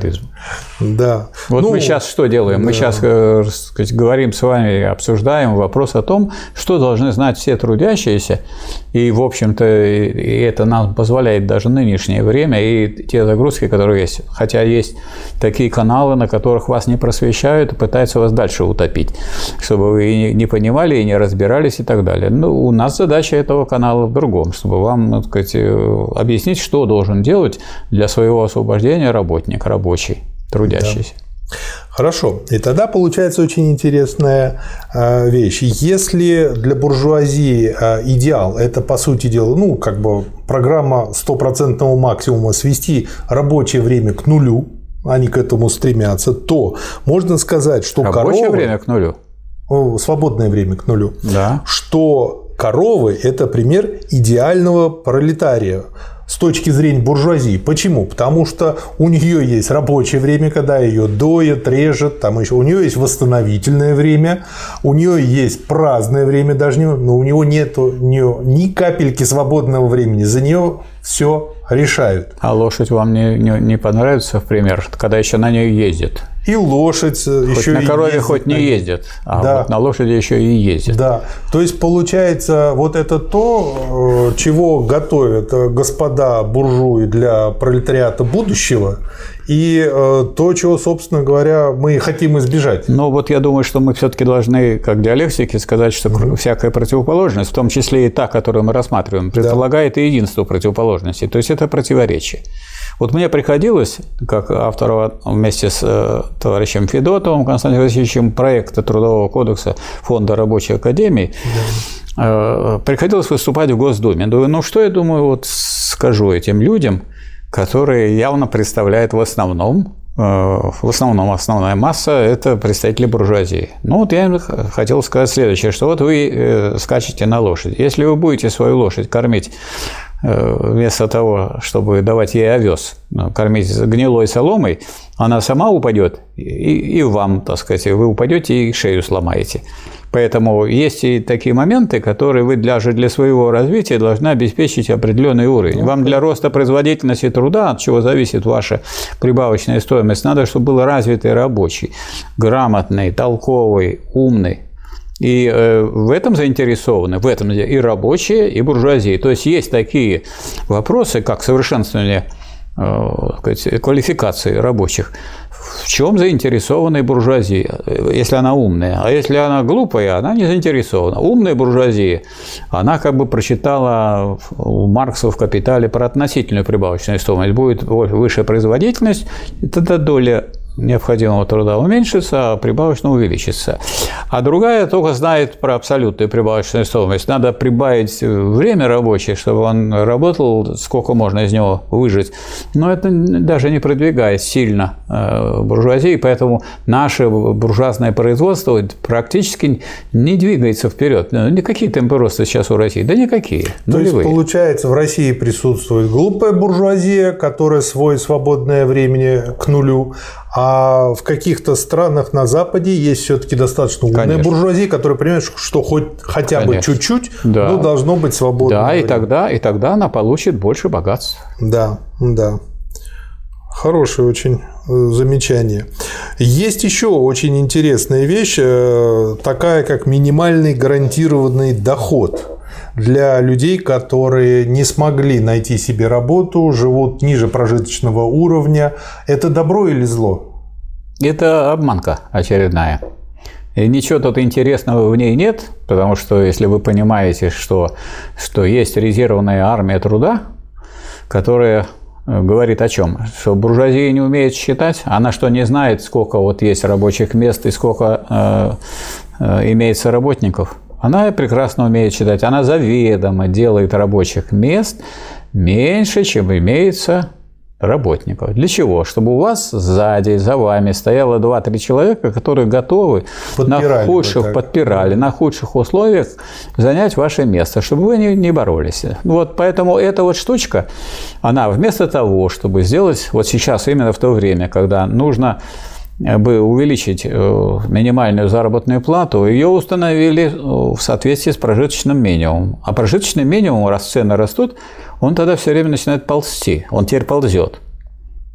капитализм.
Да.
Вот ну, мы сейчас что делаем? Да. Мы сейчас, так сказать, говорим с вами, обсуждаем вопрос о том, что должны знать все трудящиеся, и, в общем-то, и это нам позволяет даже нынешнее время и те загрузки, которые есть. Хотя есть такие каналы, на которых вас не просвещают и пытаются вас дальше утопить, чтобы вы не понимали и не разбирались и так далее. Но у нас задача этого канала в другом, чтобы вам, так сказать, объяснить, что должен делать для своего освобождения работник, рабочий, трудящийся.
Да. Хорошо. И тогда получается очень интересная вещь. Если для буржуазии идеал – это, по сути дела, ну, как бы программа стопроцентного максимума свести рабочее время к нулю, они к этому стремятся, то можно сказать, что коровы…
Рабочее время к нулю?
Свободное время к нулю.
Да.
Что коровы – это пример идеального пролетария с точки зрения буржуазии. Почему? Потому что у нее есть рабочее время, когда ее доят, режут, там еще у нее есть восстановительное время, у нее есть праздное время, даже не, но у него нет у нее ни капельки свободного времени, за нее все решают.
А лошадь вам не, не, не понравится, в пример, когда еще на ней ездит?
И лошадь
хоть
еще
на
и
корове
ездит,
хоть не ездит, а
да.
вот на лошади еще и ездит.
Да, то есть получается вот это то, чего готовят господа буржуи для пролетариата будущего, и то, чего, собственно говоря, мы хотим избежать.
Но вот я думаю, что мы все-таки должны, как диалектики, сказать, что mm-hmm. всякая противоположность, в том числе и та, которую мы рассматриваем, предполагает да. и единство противоположностей, то есть это противоречие. Вот мне приходилось, как автору вместе с товарищем Федотовым Константином Васильевичем проекта Трудового кодекса Фонда Рабочей Академии, да. приходилось выступать в Госдуме. Ну, что я думаю, вот скажу этим людям, которые явно представляют в основном, в основном основная масса – это представители буржуазии. Ну, вот я им хотел сказать следующее, что вот вы скачете на лошадь. Если вы будете свою лошадь кормить вместо того, чтобы давать ей овес, кормить гнилой соломой, она сама упадет, и, и вам, так сказать, вы упадете и шею сломаете. Поэтому есть и такие моменты, которые вы даже для своего развития должны обеспечить определенный уровень. Вам для роста производительности труда, от чего зависит ваша прибавочная стоимость, надо, чтобы был развитый рабочий, грамотный, толковый, умный. И в этом заинтересованы, в этом и рабочие, и буржуазии. То есть есть такие вопросы, как совершенствование сказать, квалификации рабочих, в чем заинтересована буржуазия, если она умная. А если она глупая, она не заинтересована. Умная буржуазия, она как бы прочитала у Маркса в «Капитале» про относительную прибавочную стоимость. Будет высшая производительность, и тогда доля необходимого труда уменьшится, а прибавочно увеличится. А другая только знает про абсолютную прибавочную стоимость. Надо прибавить время рабочее, чтобы он работал, сколько можно из него выжить. Но это даже не продвигает сильно буржуазии, поэтому наше буржуазное производство практически не двигается вперед. Никакие темпы роста сейчас у России? Да никакие.
То есть, получается, в России присутствует глупая буржуазия, которая свое свободное время к нулю, а в каких-то странах на Западе есть все-таки достаточно умная Конечно. буржуазия, которая понимает, что хоть хотя Конечно. бы чуть-чуть, да. но должно быть свободно.
Да, и тогда, и тогда она получит больше богатств.
Да, да. Хорошее очень замечание. Есть еще очень интересная вещь, такая как минимальный гарантированный доход. Для людей, которые не смогли найти себе работу, живут ниже прожиточного уровня. Это добро или зло?
Это обманка очередная. И ничего тут интересного в ней нет, потому что если вы понимаете, что, что есть резервная армия труда, которая говорит о чем? Что буржуазия не умеет считать, она что, не знает, сколько вот есть рабочих мест и сколько э, э, имеется работников? Она прекрасно умеет считать. Она заведомо делает рабочих мест меньше, чем имеется работников. Для чего? Чтобы у вас сзади, за вами стояло два-три человека, которые готовы подпирали, на худших, подпирали, на худших условиях занять ваше место, чтобы вы не, не боролись. Вот поэтому эта вот штучка, она вместо того, чтобы сделать вот сейчас, именно в то время, когда нужно бы увеличить минимальную заработную плату, ее установили в соответствии с прожиточным минимумом. А прожиточный минимум, раз цены растут, он тогда все время начинает ползти, он теперь ползет.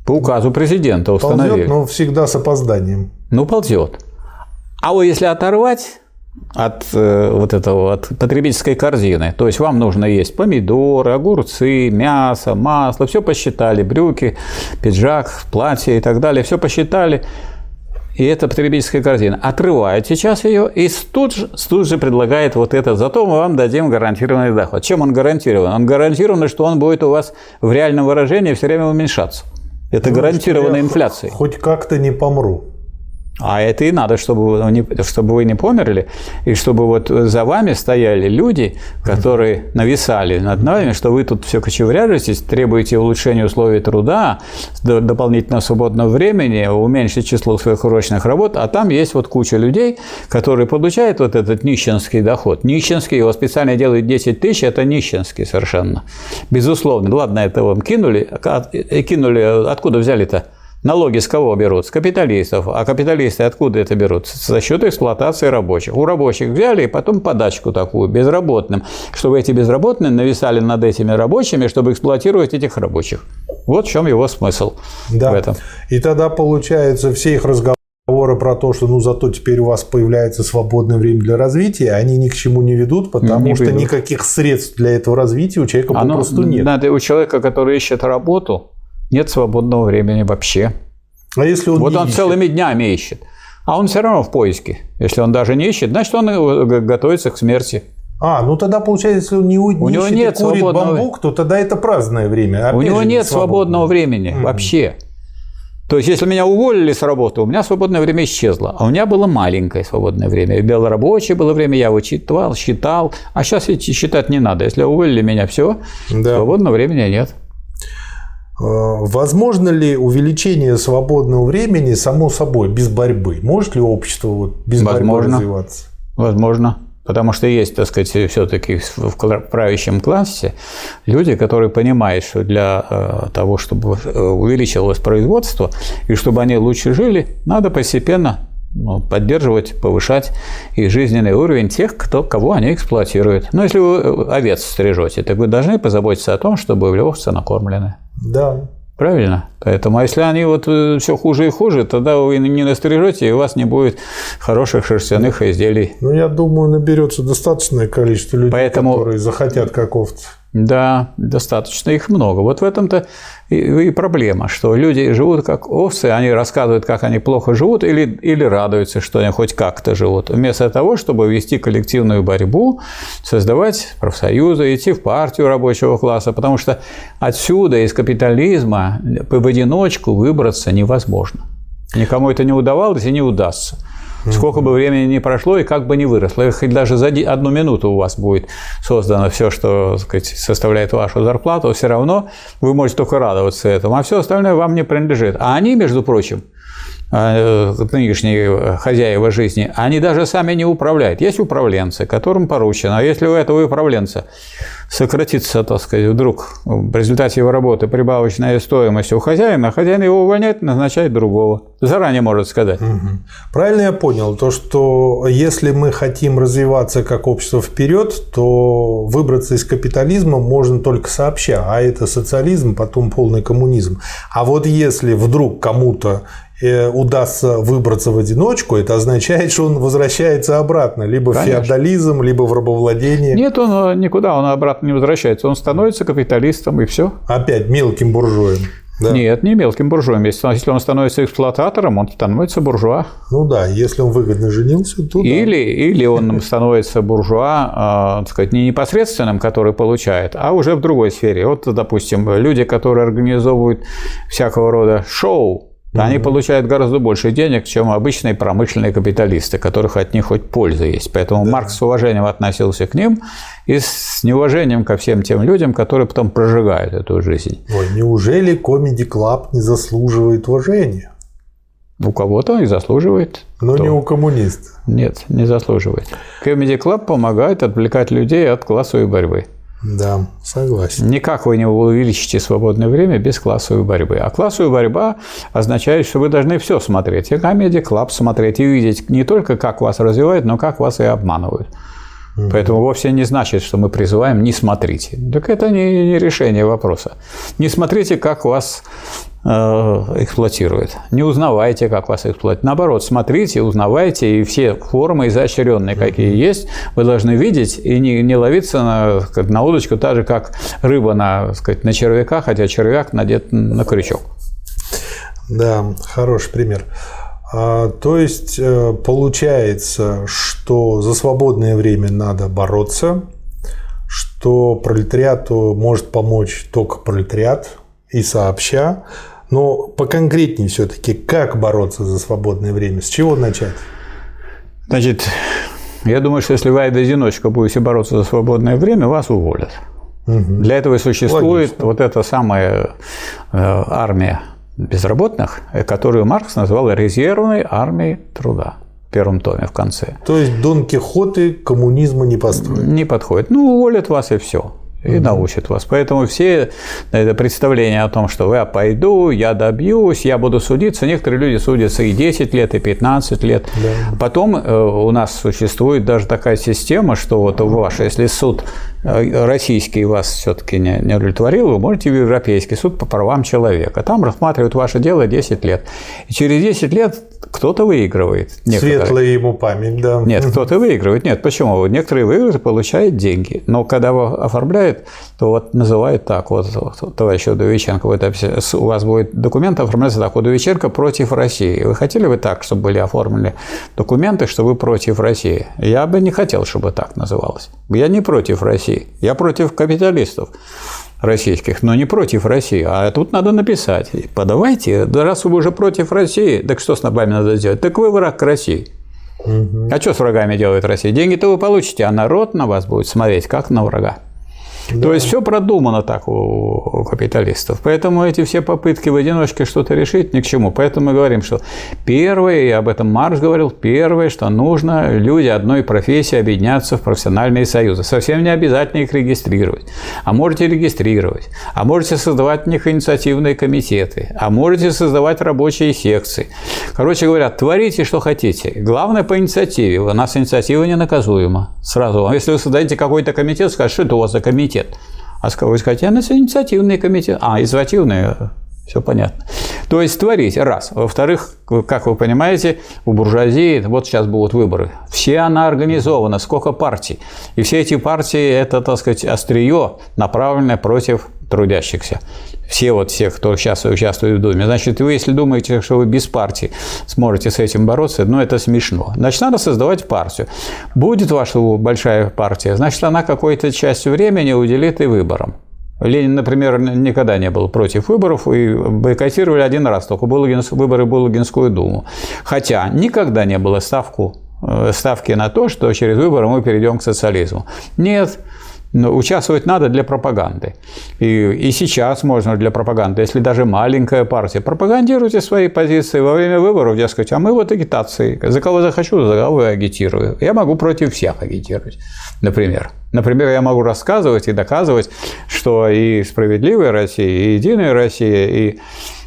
По указу президента установили.
Ползет, но всегда с опозданием.
Ну, ползет. А вот если оторвать от э, вот этого, от потребительской корзины, то есть вам нужно есть помидоры, огурцы, мясо, масло, все посчитали, брюки, пиджак, платье и так далее, все посчитали, и это потребительская корзина. Отрывает сейчас ее и тут же, тут же предлагает вот это, зато мы вам дадим гарантированный доход. Чем он гарантирован? Он гарантирован, что он будет у вас в реальном выражении все время уменьшаться. Это ну, гарантированная инфляция.
Хоть как-то не помру.
А это и надо, чтобы вы, не, чтобы вы не померли, и чтобы вот за вами стояли люди, которые нависали над нами, что вы тут все кочевряжетесь, требуете улучшения условий труда, дополнительного свободного времени, уменьшить число сверхурочных работ, а там есть вот куча людей, которые получают вот этот нищенский доход. Нищенский, его специально делают десять тысяч, это нищенский совершенно. Безусловно. Ладно, это вам кинули, кинули, откуда взяли-то? Налоги с кого берут? С капиталистов. А капиталисты откуда это берут? За счет эксплуатации рабочих. У рабочих взяли и потом подачку такую безработным, чтобы эти безработные нависали над этими рабочими, чтобы эксплуатировать этих рабочих. Вот в чем его смысл
да.
в этом.
И тогда получается все их разговоры про то, что ну зато теперь у вас появляется свободное время для развития, они ни к чему не ведут, потому не что ведут. Никаких средств для этого развития у человека Оно попросту нет.
Надо у человека, который ищет работу, нет свободного времени вообще.
А если он
вот
не
он
ищет?
Целыми днями ищет, а он все равно в поиске. Если он даже не ищет, значит, он готовится к смерти.
А, ну тогда получается, если он не, у не
него
ищет
нет
и курит
свободного...
бамбук, то тогда это праздное время. Опять
у него
же,
нет
свободное.
свободного времени mm-hmm. вообще. То есть, если меня уволили с работы, у меня свободное время исчезло. А у меня было маленькое свободное время. Белорабочее было время, я его читал, считал. А сейчас ведь считать не надо. Если уволили меня, все, да. свободного времени нет.
Возможно ли увеличение свободного времени само собой, без борьбы? Может ли общество вот без
Возможно.
борьбы развиваться?
Возможно. Потому что есть, так сказать, все-таки в правящем классе люди, которые понимают, что для того, чтобы увеличилось производство и чтобы они лучше жили, надо постепенно ну, поддерживать, повышать их жизненный уровень тех, кто, кого они эксплуатируют. Но если вы овец стрижете, так вы должны позаботиться о том, чтобы овцы накормлены.
Да.
Правильно? Поэтому, а если они вот все хуже и хуже, тогда вы не настрижете, и у вас не будет хороших шерстяных изделий.
Ну, я думаю, наберется достаточное количество людей,
Поэтому...
которые захотят как овцы.
Да, достаточно их много. Вот в этом-то и, и проблема, что люди живут как овцы, они рассказывают, как они плохо живут, или, или радуются, что они хоть как-то живут, вместо того, чтобы вести коллективную борьбу, создавать профсоюзы, идти в партию рабочего класса, потому что отсюда, из капитализма, в одиночку выбраться невозможно. Никому это не удавалось и не удастся. Сколько бы времени ни прошло и как бы ни выросло, хоть даже за одну минуту у вас будет создано все, что, так сказать, составляет вашу зарплату, все равно вы можете только радоваться этому, а все остальное вам не принадлежит. А они, между прочим, нынешние хозяева жизни, они даже сами не управляют. Есть управленцы, которым поручено. А если у этого управленца сократится, так сказать, вдруг в результате его работы прибавочная стоимость у хозяина, хозяин его увольняет, назначает другого. Заранее может сказать.
Угу. Правильно я понял, то, что если мы хотим развиваться как общество вперед, то выбраться из капитализма можно только сообща, а это социализм, потом полный коммунизм. А вот если вдруг кому-то удастся выбраться в одиночку, это означает, что он возвращается обратно, либо Конечно. в феодализм, либо в рабовладение.
Нет, он никуда, он обратно не возвращается, он становится капиталистом и все.
Опять мелким буржуем. Да.
Нет, не мелким буржуем. Если он становится эксплуататором, он становится буржуа.
Ну да, если он выгодно женился, то
или,
да.
Или он становится буржуа, так сказать, не непосредственным, который получает, а уже в другой сфере. Вот, допустим, люди, которые организовывают всякого рода шоу, Mm-hmm. они получают гораздо больше денег, чем обычные промышленные капиталисты, которых от них хоть польза есть. Поэтому да. Маркс с уважением относился к ним и с неуважением ко всем тем людям, которые потом прожигают эту жизнь.
Ой, неужели Comedy Club не заслуживает уважения?
У кого-то он и заслуживает.
Но Кто? Не у коммунистов.
Нет, не заслуживает. Comedy Club помогает отвлекать людей от классовой борьбы.
Да, согласен.
Никак вы не увеличите свободное время без классовой борьбы. А классовая борьба означает, что вы должны все смотреть. И Comedy Club смотреть, и видеть не только, как вас развивают, но как вас и обманывают. Угу. Поэтому вовсе не значит, что мы призываем «не смотрите». Так это не, не решение вопроса. Не смотрите, как вас э, эксплуатируют. Не узнавайте, как вас эксплуатируют. Наоборот, смотрите, узнавайте, и все формы изощренные, угу. какие есть, вы должны видеть и не, не ловиться на, на удочку, так же, как рыба на, сказать, на червяка, хотя червяк надет на крючок.
Да, хороший пример. А, то есть получается, что за свободное время надо бороться, что пролетариату может помочь только пролетариат и сообща. Но поконкретнее все-таки, как бороться за свободное время, с чего начать?
Значит, я думаю, что если вы одиночка будете бороться за свободное время, вас уволят. Угу. Для этого и существует Логично. Вот эта самая э, армия безработных, которую Маркс назвал резервной армией труда в первом томе в конце.
То есть Дон Кихоты коммунизма не построят?
Не подходит. Ну, уволят вас и все. И угу. научат вас. Поэтому все это представления о том, что я пойду, я добьюсь, я буду судиться. Некоторые люди судятся и десять лет, и пятнадцать лет. Да. Потом у нас существует даже такая система, что вот у вас, если суд российский вас все-таки не, не удовлетворил, вы можете в Европейский суд по правам человека. Там рассматривают ваше дело десять лет. И через десять лет кто-то выигрывает. Некоторые.
Светлая ему память, да.
Нет, кто-то выигрывает. Нет, почему? Некоторые выигрывают и получают деньги. Но когда его оформляют, то вот называют так, вот товарищ Удовиченко, вот, у вас будет документ оформляться так, Удовиченко против России. Вы хотели бы так, чтобы были оформлены документы, что вы против России? Я бы не хотел, чтобы так называлось. Я не против России, я против капиталистов российских, но не против России. А тут надо написать, подавайте, да раз вы уже против России, так что с вами надо сделать? Так вы враг России. Угу. А что с врагами делает Россия? Деньги-то вы получите, а народ на вас будет смотреть как на врага. Да. То есть все продумано так у капиталистов. Поэтому эти все попытки в одиночке что-то решить ни к чему. Поэтому мы говорим, что первое, и об этом Маркс говорил, первое, что нужно, люди одной профессии объединяться в профессиональные союзы. Совсем не обязательно их регистрировать. А можете регистрировать, а можете создавать в них инициативные комитеты, а можете создавать рабочие секции. Короче говоря, творите, что хотите. Главное по инициативе. У нас инициатива не наказуема. Сразу. Если вы создаете какой-то комитет, скажете, что это у вас за комитет? А вы скажете, а это инициативный комитет. А, инициативный, все понятно. То есть творить, раз. Во-вторых, как вы понимаете, у буржуазии, вот сейчас будут выборы, все она организована, сколько партий. И все эти партии, это, так сказать, острие, направленное против трудящихся. Все вот все, кто сейчас участвует в Думе. Значит, вы, если думаете, что вы без партии сможете с этим бороться, ну, это смешно. Значит, надо создавать партию. Будет ваша большая партия, значит, она какой-то частью времени уделит и выборам. Ленин, например, никогда не был против выборов и бойкотировали один раз, только выборы в Булыгинскую думу. Хотя никогда не было ставку, ставки на то, что через выборы мы перейдем к социализму. Нет. Но участвовать надо для пропаганды. И, и сейчас можно для пропаганды, если даже маленькая партия. Пропагандируйте свои позиции во время выборов, дескать, а мы вот агитации. За кого захочу, за кого я агитирую. Я могу против всех агитировать, например. Например, я могу рассказывать и доказывать, что и «Справедливая Россия», и «Единая Россия», и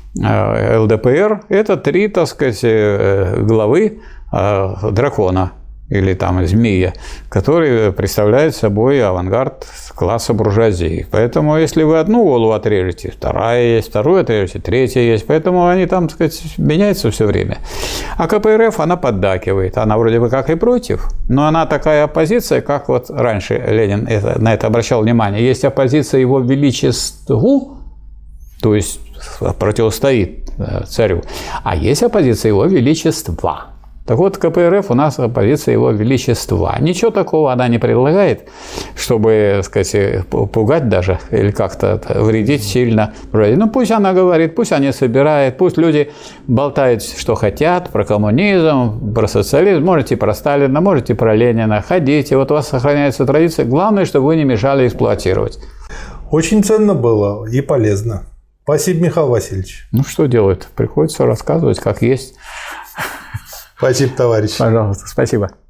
эл дэ пэ эр – это три, так сказать, главы дракона. Или там змея, которые представляют собой авангард класса буржуазии. Поэтому, если вы одну голову отрежете, вторая есть, вторую отрежете, третья есть. Поэтому они там, так сказать, меняются все время. А ка пэ эр эф, она поддакивает. Она вроде бы как и против, но она такая оппозиция, как вот раньше Ленин это, на это обращал внимание. Есть оппозиция его величеству, то есть противостоит царю, а есть оппозиция его величества. Так вот, ка пэ эр эф у нас оппозиция его величества. Ничего такого она не предлагает, чтобы, так сказать, пугать даже или как-то вредить сильно. Ну, пусть она говорит, пусть они собирают, пусть люди болтают, что хотят, про коммунизм, про социализм, можете про Сталина, можете про Ленина, ходите, вот у вас сохраняется традиция. Главное, чтобы вы не мешали эксплуатировать.
Очень ценно было и полезно. Спасибо, Михаил Васильевич.
Ну, что делать? Приходится рассказывать, как есть.
Спасибо, товарищ.
Пожалуйста, спасибо.